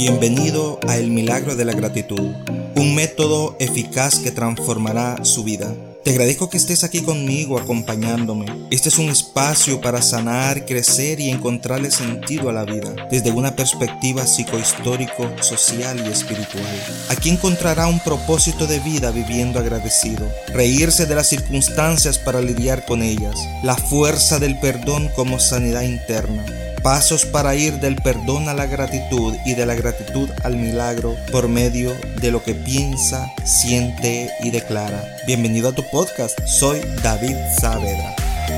Bienvenido a El Milagro de la Gratitud, un método eficaz que transformará su vida. Te agradezco que estés aquí conmigo acompañándome. Este es un espacio para sanar, crecer y encontrarle sentido a la vida desde una perspectiva psicohistórico, social y espiritual. Aquí encontrará un propósito de vida viviendo agradecido, reírse de las circunstancias para lidiar con ellas, la fuerza del perdón como sanidad interna. Pasos para ir del perdón a la gratitud y de la gratitud al milagro por medio de lo que piensa, siente y declara. Bienvenido a tu podcast, soy David Saavedra.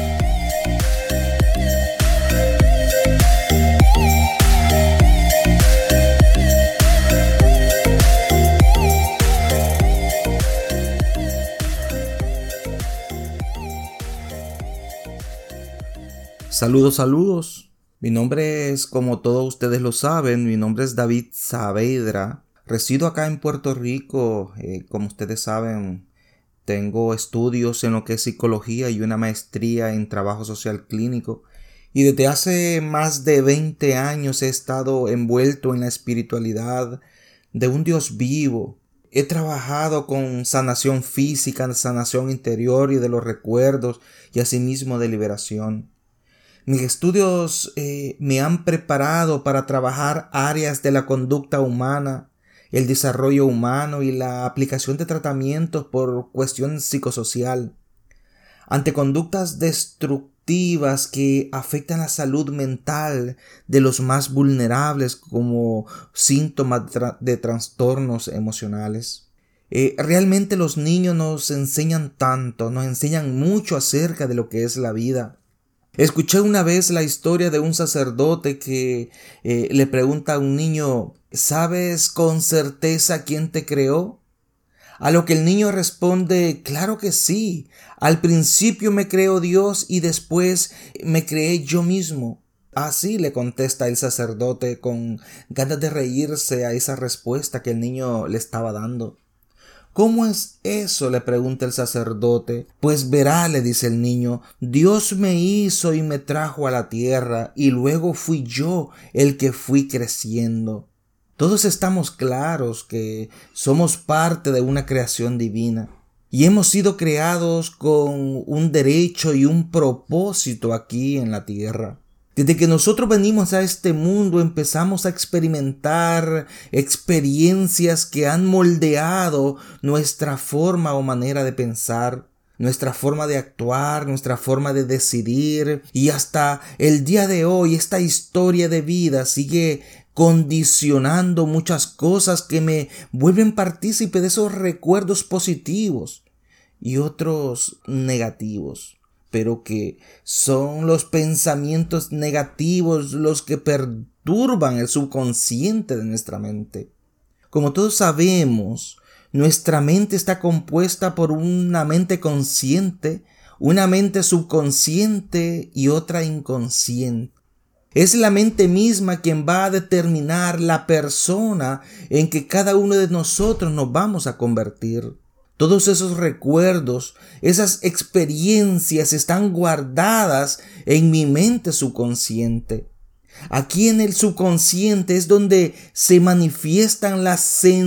Saludos. Mi nombre es, como todos ustedes lo saben, mi nombre es David Saavedra. Resido acá en Puerto Rico. Como ustedes saben, tengo estudios en lo que es psicología y una maestría en trabajo social clínico. Y desde hace más de 20 años he estado envuelto en la espiritualidad de un Dios vivo. He trabajado con sanación física, sanación interior y de los recuerdos y asimismo de liberación. Mis estudios me han preparado para trabajar áreas de la conducta humana, el desarrollo humano y la aplicación de tratamientos por cuestión psicosocial. Ante conductas destructivas que afectan la salud mental de los más vulnerables como síntomas de trastornos emocionales. Realmente los niños nos enseñan tanto, nos enseñan mucho acerca de lo que es la vida. Escuché una vez la historia de un sacerdote que le pregunta a un niño: ¿sabes con certeza quién te creó? A lo que el niño responde: claro que sí, al principio me creó Dios y después me creé yo mismo. Así le contesta el sacerdote con ganas de reírse a esa respuesta que el niño le estaba dando. ¿Cómo es eso?, le pregunta el sacerdote. Pues verá, le dice el niño, Dios me hizo y me trajo a la tierra y luego fui yo el que fui creciendo. Todos estamos claros que somos parte de una creación divina y hemos sido creados con un derecho y un propósito aquí en la tierra. Desde que nosotros venimos a este mundo empezamos a experimentar experiencias que han moldeado nuestra forma o manera de pensar, nuestra forma de actuar, nuestra forma de decidir, y hasta el día de hoy esta historia de vida sigue condicionando muchas cosas que me vuelven partícipe de esos recuerdos positivos y otros negativos. Pero que son los pensamientos negativos los que perturban el subconsciente de nuestra mente. Como todos sabemos, nuestra mente está compuesta por una mente consciente, una mente subconsciente y otra inconsciente. Es la mente misma quien va a determinar la persona en que cada uno de nosotros nos vamos a convertir. Todos esos recuerdos, esas experiencias están guardadas en mi mente subconsciente. Aquí en el subconsciente es donde se manifiestan las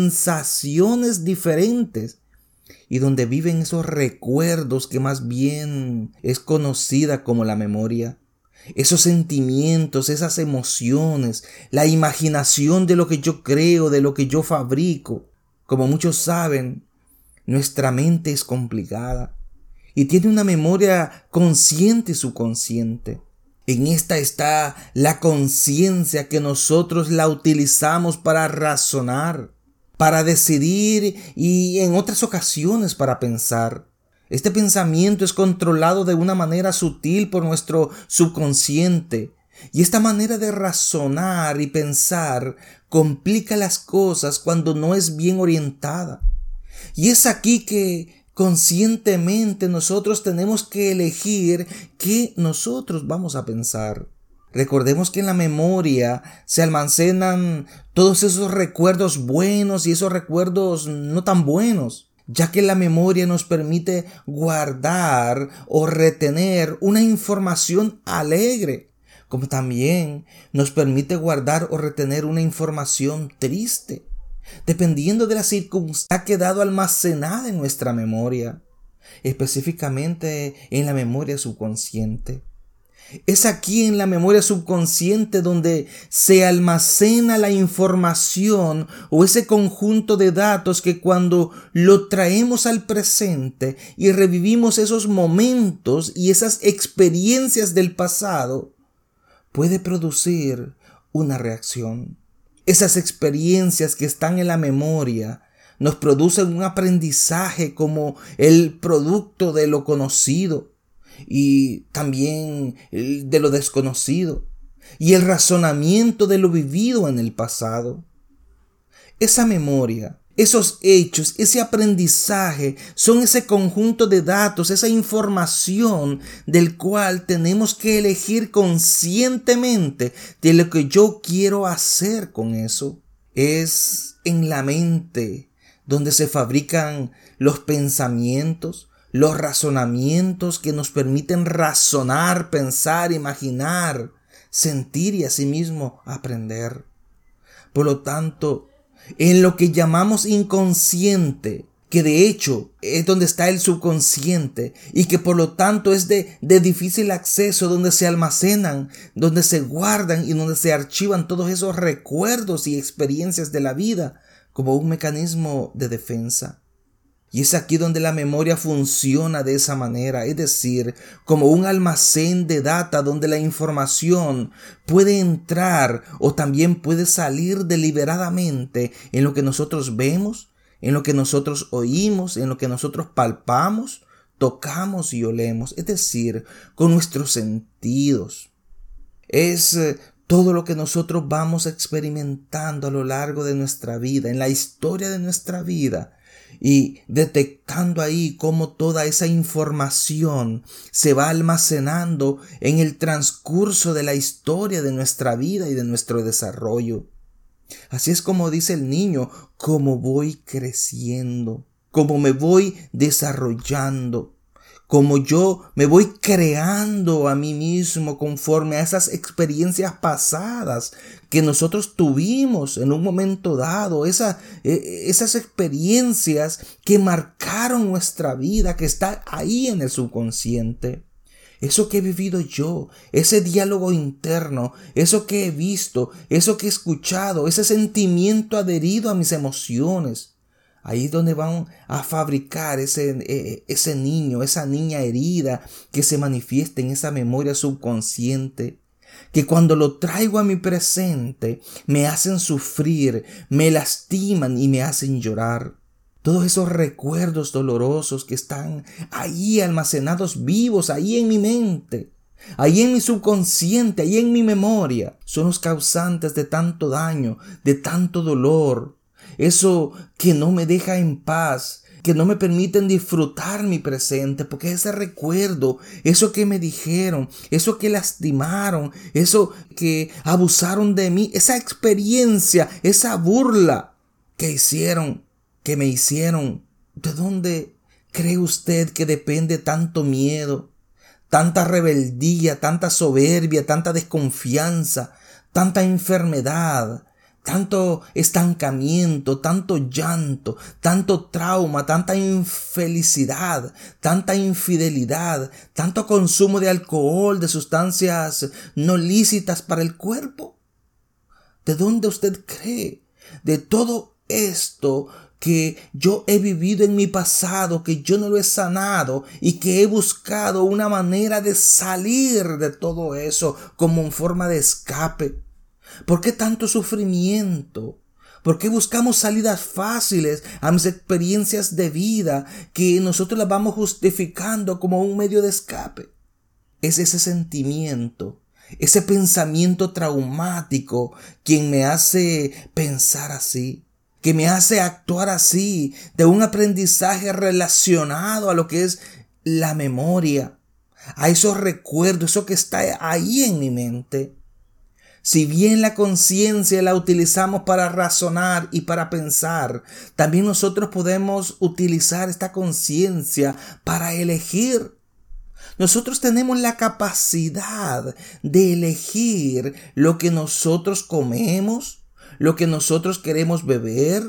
sensaciones diferentes y donde viven esos recuerdos que más bien es conocida como la memoria. Esos sentimientos, esas emociones, la imaginación de lo que yo creo, de lo que yo fabrico. Como muchos saben, nuestra mente es complicada y tiene una memoria consciente y subconsciente. En esta está la conciencia que nosotros la utilizamos para razonar, para decidir y en otras ocasiones para pensar. Este pensamiento es controlado de una manera sutil por nuestro subconsciente y esta manera de razonar y pensar complica las cosas cuando no es bien orientada. Y es aquí que conscientemente nosotros tenemos que elegir qué nosotros vamos a pensar. Recordemos que en la memoria se almacenan todos esos recuerdos buenos y esos recuerdos no tan buenos, ya que la memoria nos permite guardar o retener una información alegre, como también nos permite guardar o retener una información triste, dependiendo de la circunstancia que ha quedado almacenada en nuestra memoria, específicamente en la memoria subconsciente. Es aquí en la memoria subconsciente donde se almacena la información o ese conjunto de datos que cuando lo traemos al presente y revivimos esos momentos y esas experiencias del pasado, puede producir una reacción. Esas experiencias que están en la memoria nos producen un aprendizaje como el producto de lo conocido y también de lo desconocido y el razonamiento de lo vivido en el pasado. Esa memoria, esos hechos, ese aprendizaje son ese conjunto de datos, esa información del cual tenemos que elegir conscientemente de lo que yo quiero hacer con eso. Es en la mente donde se fabrican los pensamientos, los razonamientos que nos permiten razonar, pensar, imaginar, sentir y asimismo aprender. Por lo tanto, en lo que llamamos inconsciente, que de hecho es donde está el subconsciente y que por lo tanto es de difícil acceso, donde se almacenan, donde se guardan y donde se archivan todos esos recuerdos y experiencias de la vida como un mecanismo de defensa. Y es aquí donde la memoria funciona de esa manera, es decir, como un almacén de data donde la información puede entrar o también puede salir deliberadamente en lo que nosotros vemos, en lo que nosotros oímos, en lo que nosotros palpamos, tocamos y olemos, es decir, con nuestros sentidos. Es todo lo que nosotros vamos experimentando a lo largo de nuestra vida, en la historia de nuestra vida, y detectando ahí cómo toda esa información se va almacenando en el transcurso de la historia de nuestra vida y de nuestro desarrollo. Así es como dice el niño, cómo voy creciendo, cómo me voy desarrollando, como yo me voy creando a mí mismo conforme a esas experiencias pasadas que nosotros tuvimos en un momento dado, esas experiencias que marcaron nuestra vida, que está ahí en el subconsciente. Eso que he vivido yo, ese diálogo interno, eso que he visto, eso que he escuchado, ese sentimiento adherido a mis emociones. Ahí es donde van a fabricar ese niño, esa niña herida que se manifiesta en esa memoria subconsciente, que cuando lo traigo a mi presente me hacen sufrir, me lastiman y me hacen llorar. Todos esos recuerdos dolorosos que están ahí almacenados vivos, ahí en mi mente, ahí en mi subconsciente, ahí en mi memoria, son los causantes de tanto daño, de tanto dolor. Eso que no me deja en paz, que no me permiten disfrutar mi presente, porque ese recuerdo, eso que me dijeron, eso que lastimaron, eso que abusaron de mí, esa experiencia, esa burla que me hicieron, ¿de dónde cree usted que depende tanto miedo, tanta rebeldía, tanta soberbia, tanta desconfianza, tanta enfermedad? Tanto estancamiento, tanto llanto, tanto trauma, tanta infelicidad, tanta infidelidad, tanto consumo de alcohol, de sustancias no lícitas para el cuerpo. ¿De dónde usted cree? De todo esto que yo he vivido en mi pasado, que yo no lo he sanado y que he buscado una manera de salir de todo eso como en forma de escape. ¿Por qué tanto sufrimiento? ¿Por qué buscamos salidas fáciles a mis experiencias de vida que nosotros las vamos justificando como un medio de escape? Es ese sentimiento, ese pensamiento traumático quien me hace pensar así, que me hace actuar así, de un aprendizaje relacionado a lo que es la memoria, a esos recuerdos, eso que está ahí en mi mente. Si bien la conciencia la utilizamos para razonar y para pensar, también nosotros podemos utilizar esta conciencia para elegir. Nosotros tenemos la capacidad de elegir lo que nosotros comemos, lo que nosotros queremos beber,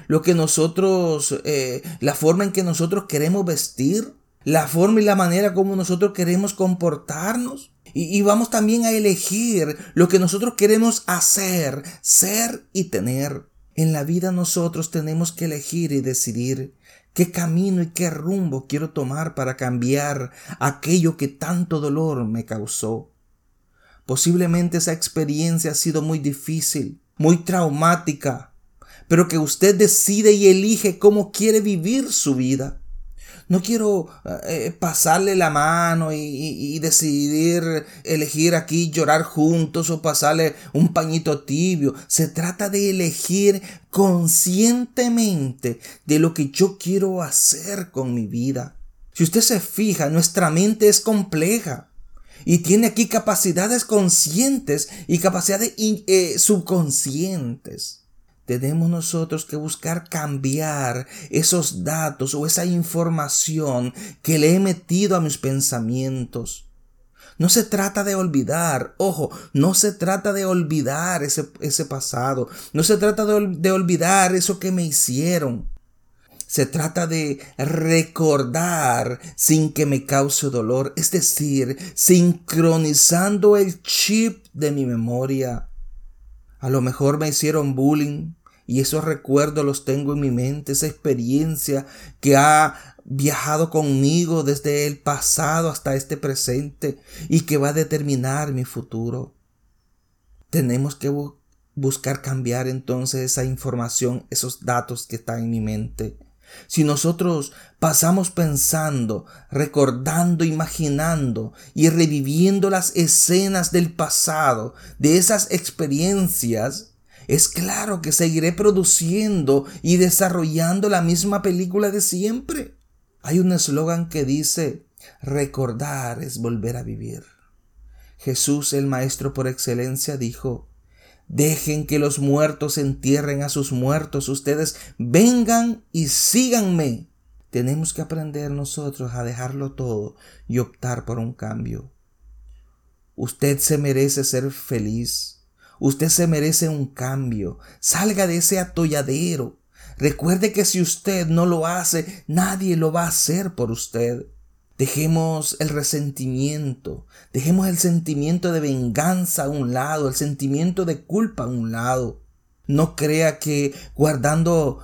la forma en que nosotros queremos vestir, la forma y la manera como nosotros queremos comportarnos. Y vamos también a elegir lo que nosotros queremos hacer, ser y tener. En la vida nosotros tenemos que elegir y decidir qué camino y qué rumbo quiero tomar para cambiar aquello que tanto dolor me causó. Posiblemente esa experiencia ha sido muy difícil, muy traumática, pero que usted decide y elige cómo quiere vivir su vida. No quiero pasarle la mano y decidir elegir aquí llorar juntos o pasarle un pañito tibio. Se trata de elegir conscientemente de lo que yo quiero hacer con mi vida. Si usted se fija, nuestra mente es compleja y tiene aquí capacidades conscientes y capacidades subconscientes. Tenemos nosotros que buscar cambiar esos datos o esa información que le he metido a mis pensamientos. No se trata de olvidar, ojo, no se trata de olvidar ese pasado, no se trata de olvidar eso que me hicieron. Se trata de recordar sin que me cause dolor, es decir, sincronizando el chip de mi memoria. A lo mejor me hicieron bullying y esos recuerdos los tengo en mi mente, esa experiencia que ha viajado conmigo desde el pasado hasta este presente y que va a determinar mi futuro. Tenemos que buscar cambiar entonces esa información, esos datos que están en mi mente. Si nosotros pasamos pensando, recordando, imaginando y reviviendo las escenas del pasado, de esas experiencias, es claro que seguiré produciendo y desarrollando la misma película de siempre. Hay un eslogan que dice, recordar es volver a vivir. Jesús, el Maestro por excelencia, dijo, dejen que los muertos entierren a sus muertos. Ustedes vengan y síganme. Tenemos que aprender nosotros a dejarlo todo y optar por un cambio. Usted se merece ser feliz. Usted se merece un cambio. Salga de ese atolladero. Recuerde que si usted no lo hace, nadie lo va a hacer por usted. Dejemos el resentimiento, dejemos el sentimiento de venganza a un lado, el sentimiento de culpa a un lado. No crea que guardando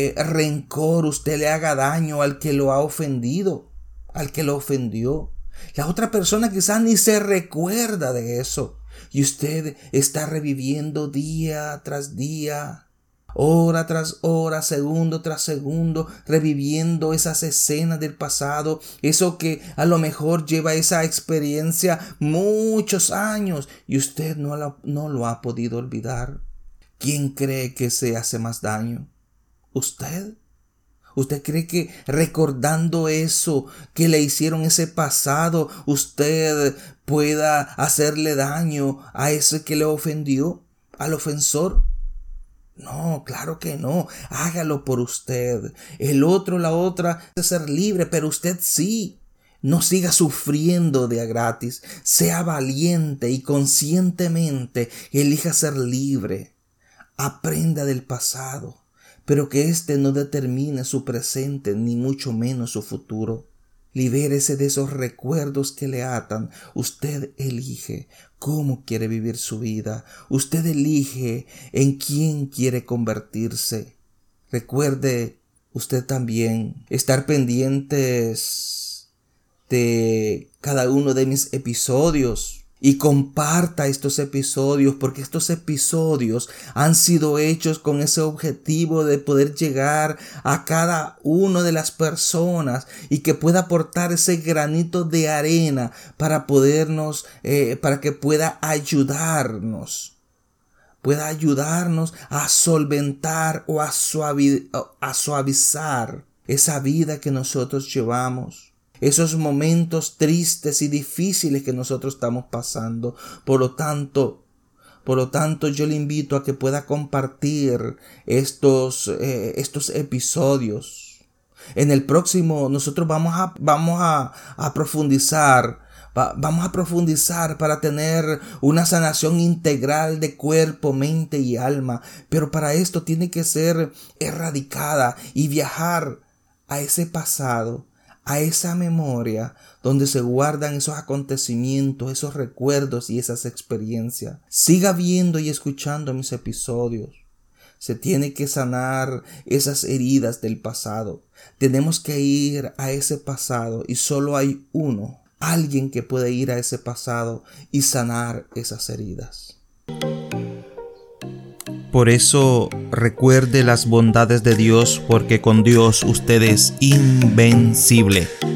rencor usted le haga daño al que lo ha ofendido, al que lo ofendió. La otra persona quizás ni se recuerda de eso y usted está reviviendo día tras día, hora tras hora, segundo tras segundo, reviviendo esas escenas del pasado, eso que a lo mejor lleva esa experiencia muchos años y usted no lo ha podido olvidar. ¿Quién cree que se hace más daño? ¿Usted? ¿Usted cree que recordando eso que le hicieron ese pasado, usted pueda hacerle daño a ese que le ofendió, al ofensor? No, claro que no. Hágalo por usted. El otro, la otra, de ser libre, pero usted sí. No siga sufriendo de a gratis. Sea valiente y conscientemente elija ser libre. Aprenda del pasado, pero que éste no determine su presente ni mucho menos su futuro. Libérese de esos recuerdos que le atan. Usted elige cómo quiere vivir su vida. Usted elige en quién quiere convertirse. Recuerde usted también estar pendientes de cada uno de mis episodios. Y comparta estos episodios porque estos episodios han sido hechos con ese objetivo de poder llegar a cada una de las personas y que pueda aportar ese granito de arena para para que pueda ayudarnos a solventar o a suavizar esa vida que nosotros llevamos. Esos momentos tristes y difíciles que nosotros estamos pasando. Por lo tanto, yo le invito a que pueda compartir estos episodios. En el próximo nosotros vamos a profundizar. Vamos a profundizar para tener una sanación integral de cuerpo, mente y alma. Pero para esto tiene que ser erradicada y viajar a ese pasado, a esa memoria donde se guardan esos acontecimientos, esos recuerdos y esas experiencias. Siga viendo y escuchando mis episodios. Se tiene que sanar esas heridas del pasado. Tenemos que ir a ese pasado y solo hay alguien que puede ir a ese pasado y sanar esas heridas. Por eso recuerde las bondades de Dios, porque con Dios usted es invencible.